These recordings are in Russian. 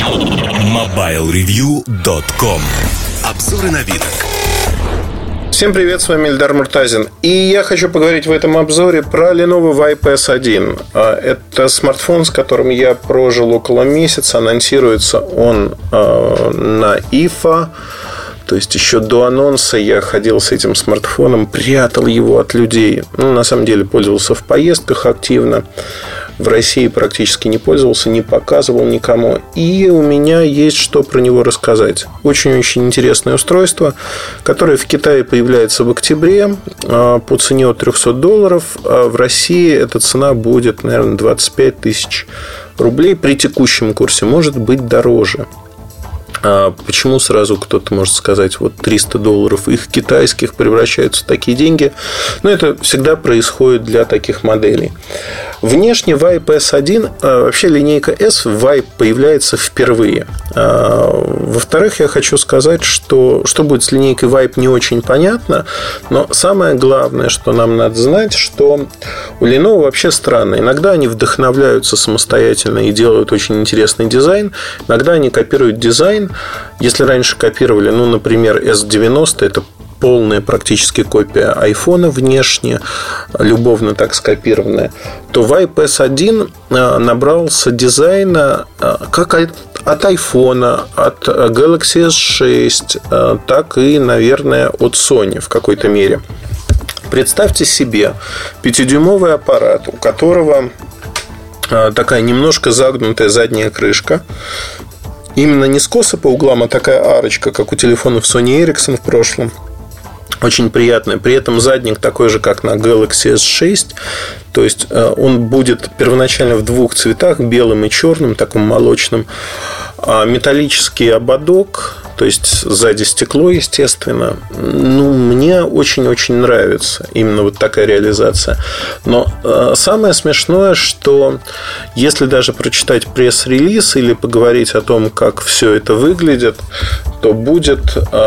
MobileReview.com. Обзоры новинок. Всем привет, с вами Эльдар Муртазин. И я хочу поговорить в этом обзоре про Lenovo Vibe S1. Это смартфон, с которым я прожил около месяца. Анонсируется он на IFA. То есть еще до анонса я ходил с этим смартфоном, прятал его от людей. На самом деле пользовался в поездках активно. В России практически не пользовался, не показывал никому. И у меня есть что про него рассказать. Очень-очень интересное устройство, которое в Китае появляется в октябре по цене от $300. А в России эта цена будет, наверное, 25 тысяч рублей. При текущем курсе может быть дороже. Почему сразу кто-то может сказать, вот $300 их китайских превращаются в такие деньги? Но это всегда происходит для таких моделей. Внешне Vibe S1, вообще линейка S в Vibe появляется впервые. Во-вторых, я хочу сказать, что будет с линейкой Vibe, не очень понятно. Но самое главное, что нам надо знать, что у Lenovo вообще странно. Иногда они вдохновляются самостоятельно и делают очень интересный дизайн. Иногда они копируют дизайн. Если раньше копировали, например, S90, это полная практически копия айфона внешне, любовно так скопированная, то Vibe S1 набрался дизайна как от айфона, от Galaxy S6, так и, наверное, от Sony в какой-то мере. Представьте себе 5-дюймовый аппарат, у которого такая немножко загнутая задняя крышка. Именно не скоса по углам, а такая арочка, как у телефонов Sony Ericsson в прошлом. Очень приятная. При этом задник такой же, как на Galaxy S6. То есть он будет первоначально в двух цветах, белым и черным, таком молочным. Металлический ободок, то есть сзади стекло, естественно. Мне очень-очень нравится именно вот такая реализация. Но самое смешное, что если даже прочитать пресс-релиз или поговорить о том, как все это выглядит, то будет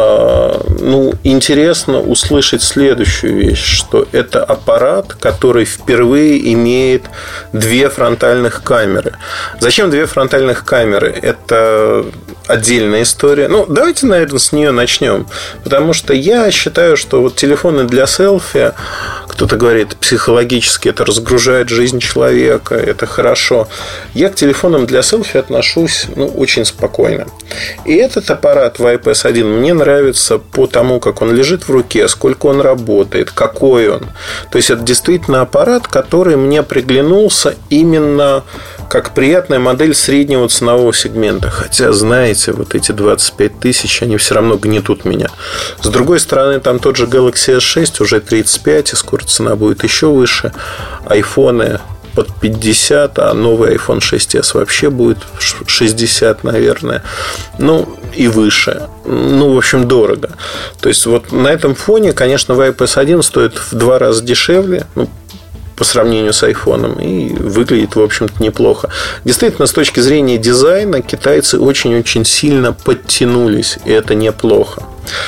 интересно услышать следующую вещь, что это аппарат, который впервые имеет две фронтальных камеры. Зачем две фронтальных камеры? Это отдельная история. Давайте, наверное, с нее начнем. Потому что я считаю, что вот телефоны для селфи, кто-то говорит, психологически это разгружает жизнь человека, это хорошо. Я к телефонам для селфи отношусь очень спокойно. И этот аппарат Vibe S1 мне нравится по тому, как он лежит в руке, сколько он работает, какой он. То есть это действительно аппарат, который мне приглянулся именно как приятная модель среднего ценового сегмента. Хотя, знаете, вот эти 25 тысяч, они все равно гнетут меня. С другой стороны, там тот же Galaxy S6 уже 35, и скоро цена будет еще выше. Айфоны под 50, а новый iPhone 6s вообще будет 60, наверное. И выше. В общем, дорого. То есть, вот на этом фоне, конечно, Vibe S1 стоит в 2 раза дешевле, по сравнению с айфоном, и выглядит, в общем-то, неплохо. Действительно, с точки зрения дизайна, китайцы очень-очень сильно подтянулись, и это неплохо.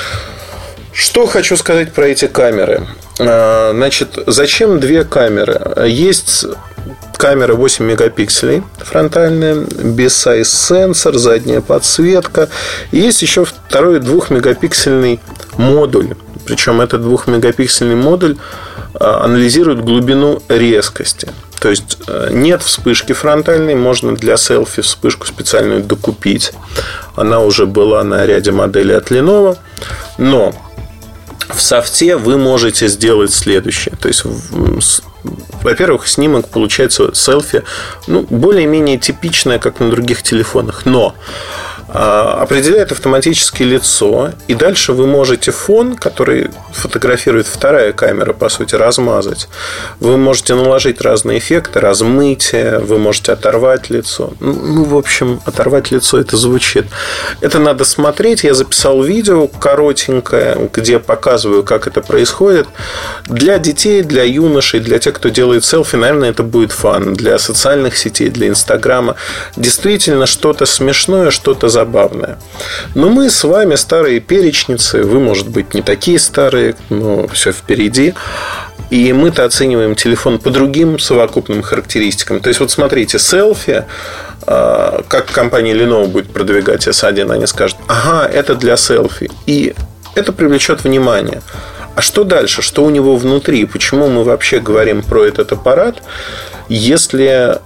Что хочу сказать про эти камеры. Значит, зачем две камеры? Есть камера 8 мегапикселей фронтальная, без-сайз сенсор, задняя подсветка. И есть еще второй 2-мегапиксельный модуль. Причем этот 2-мегапиксельный модуль анализирует глубину резкости. То есть нет вспышки фронтальной, можно для селфи вспышку специальную докупить. Она уже была на ряде моделей от Lenovo. Но в софте вы можете сделать следующее. То есть, во-первых, снимок получается селфи более-менее типичное, как на других телефонах. Но определяет автоматически лицо. И дальше вы можете фон, который фотографирует вторая камера, по сути, размазать. Вы можете наложить разные эффекты, размытие. Вы можете оторвать лицо. В общем, оторвать лицо, это звучит. Это надо смотреть. Я записал видео коротенькое, где показываю, как это происходит. Для детей, для юношей, для тех, кто делает селфи, наверное, это будет фан. Для социальных сетей, для Инстаграма. Действительно, что-то смешное, что-то забавное. Но мы с вами старые перечницы. Вы, может быть, не такие старые, но все впереди. И мы-то оцениваем телефон по другим совокупным характеристикам. То есть, вот смотрите, селфи как компания Lenovo будет продвигать S1, они скажут: ага, это для селфи. И это привлечет внимание. А что дальше? Что у него внутри? Почему мы вообще говорим про этот аппарат, если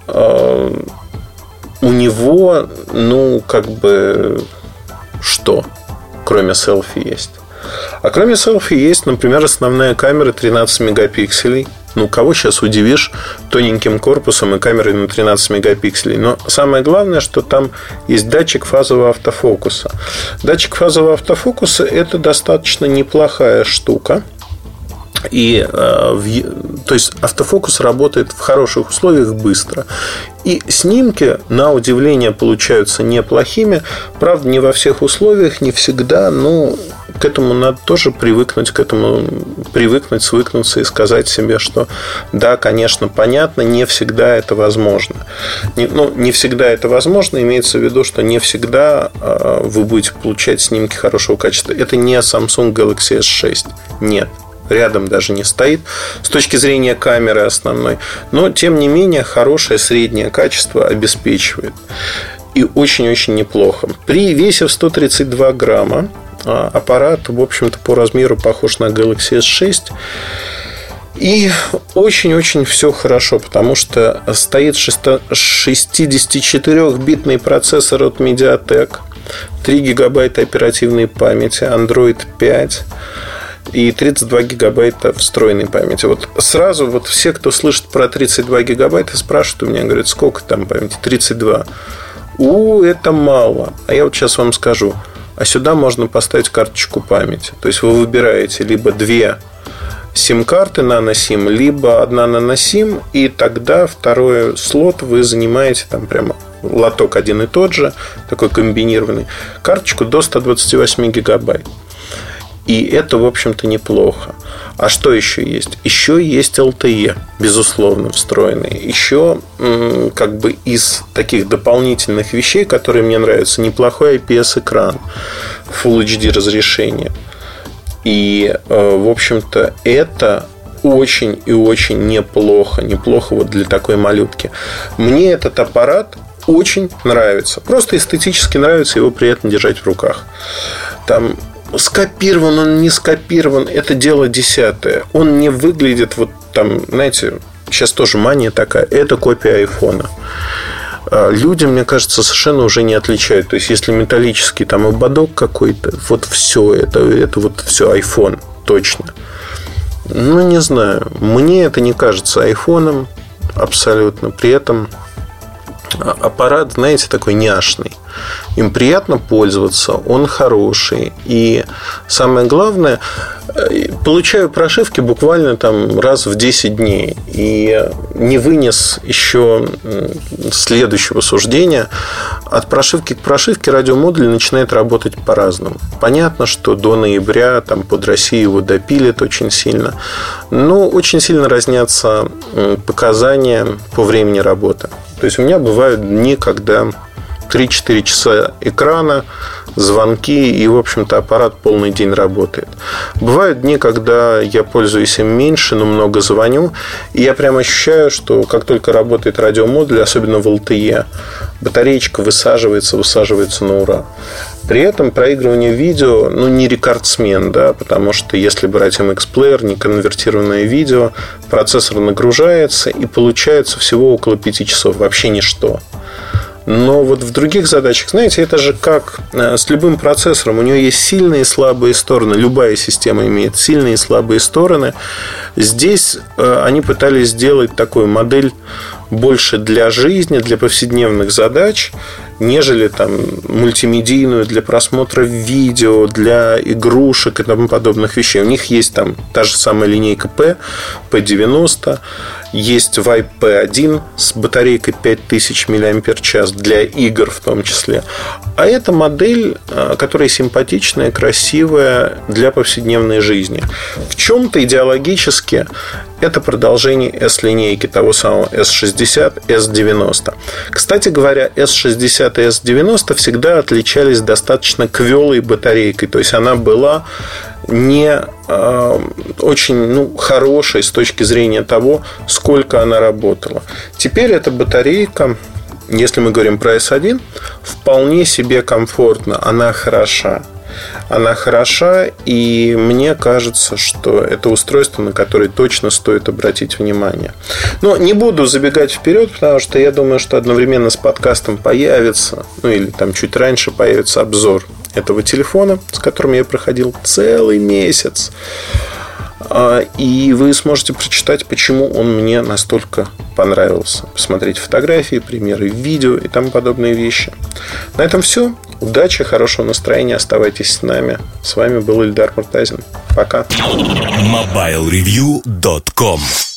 у него, что, кроме селфи, есть? А кроме селфи есть, например, основная камера 13 мегапикселей. Кого сейчас удивишь тоненьким корпусом и камерой на 13 мегапикселей. Но самое главное, что там есть датчик фазового автофокуса. Датчик фазового автофокуса – это достаточно неплохая штука. И, то есть автофокус работает в хороших условиях быстро. И снимки, на удивление, получаются неплохими. Правда, не во всех условиях, не всегда. Но к этому надо тоже привыкнуть, свыкнуться и сказать себе, что да, конечно, понятно, не всегда это возможно. Не всегда это возможно, имеется в виду, что не всегда вы будете получать снимки хорошего качества. Это не Samsung Galaxy S6. Нет. Рядом даже не стоит с точки зрения камеры основной. Но, тем не менее, хорошее среднее качество обеспечивает. И очень-очень неплохо. При весе в 132 грамма аппарат, в общем-то, по размеру похож на Galaxy S6. И очень-очень все хорошо, потому что стоит 64-битный процессор от MediaTek, 3 гигабайта оперативной памяти, Android 5 и 32 гигабайта встроенной памяти. Вот сразу все, кто слышит про 32 гигабайта, спрашивают у меня, говорят: сколько там памяти? 32. Это мало. А я вот сейчас вам скажу. А сюда можно поставить карточку памяти. То есть вы выбираете либо 2 сим-карты нано-сим, либо одна нано-сим, и тогда второй слот вы занимаете там прямо лоток один и тот же, такой комбинированный, карточку до 128 гигабайт. И это, в общем-то, неплохо. А что еще есть? Еще есть LTE, безусловно, встроенный. Еще из таких дополнительных вещей, которые мне нравятся, неплохой IPS-экран, Full HD разрешение. И, в общем-то, это очень и очень неплохо. Неплохо вот для такой малютки. Мне этот аппарат очень нравится. Просто эстетически нравится его приятно держать в руках. Там скопирован, он не скопирован, это дело десятое. Он не выглядит знаете, сейчас тоже мания такая. Это копия айфона. Люди, мне кажется, совершенно уже не отличают. То есть, если металлический там ободок какой-то, все, это все iPhone, точно. Не знаю. Мне это не кажется айфоном абсолютно. При этом аппарат, знаете, такой няшный. Им приятно пользоваться, он хороший. И самое главное, получаю прошивки буквально раз в 10 дней. И не вынес еще следующего суждения. От прошивки к прошивке радиомодуль начинает работать по-разному. Понятно, что до ноября под Россию его допилят очень сильно. Но очень сильно разнятся показания по времени работы. То есть у меня бывают дни, когда 3-4 часа экрана, звонки, и, в общем-то, аппарат полный день работает. Бывают дни, когда я пользуюсь им меньше, но много звоню, и я прям ощущаю, что как только работает радиомодуль, особенно в LTE, батареечка высаживается на ура. При этом проигрывание видео, не рекордсмен, да, потому что если брать MX-плеер, неконвертированное видео, процессор нагружается, и получается всего около 5 часов, вообще ничто. Но вот в других задачах, знаете, это же как с любым процессором. У него есть сильные и слабые стороны. Любая система имеет сильные и слабые стороны. Здесь они пытались сделать такую модель больше для жизни, для повседневных задач, нежели мультимедийную для просмотра видео, для игрушек и тому подобных вещей. У них есть та же самая линейка P90, есть Vibe P1 с батарейкой 5000 мАч для игр в том числе. А это модель, которая симпатичная, красивая для повседневной жизни. В чем-то идеологически это продолжение S-линейки того самого S60, S90. Кстати говоря, S60 и S90 всегда отличались достаточно квелой батарейкой. То есть она была не очень хорошей с точки зрения того, сколько она работала. Теперь эта батарейка если мы говорим про S1, вполне себе комфортно. Она хороша. Она хороша, и мне кажется, что это устройство, на которое точно стоит обратить внимание. Но не буду забегать вперед, потому что я думаю, что одновременно с подкастом появится, или там чуть раньше появится обзор этого телефона, с которым я проходил целый месяц. И вы сможете прочитать, почему он мне настолько понравился. Посмотреть фотографии, примеры, видео и тому подобные вещи. На этом все. Удачи, хорошего настроения. Оставайтесь с нами. С вами был Ильдар Муртазин. Пока. MobileReview.com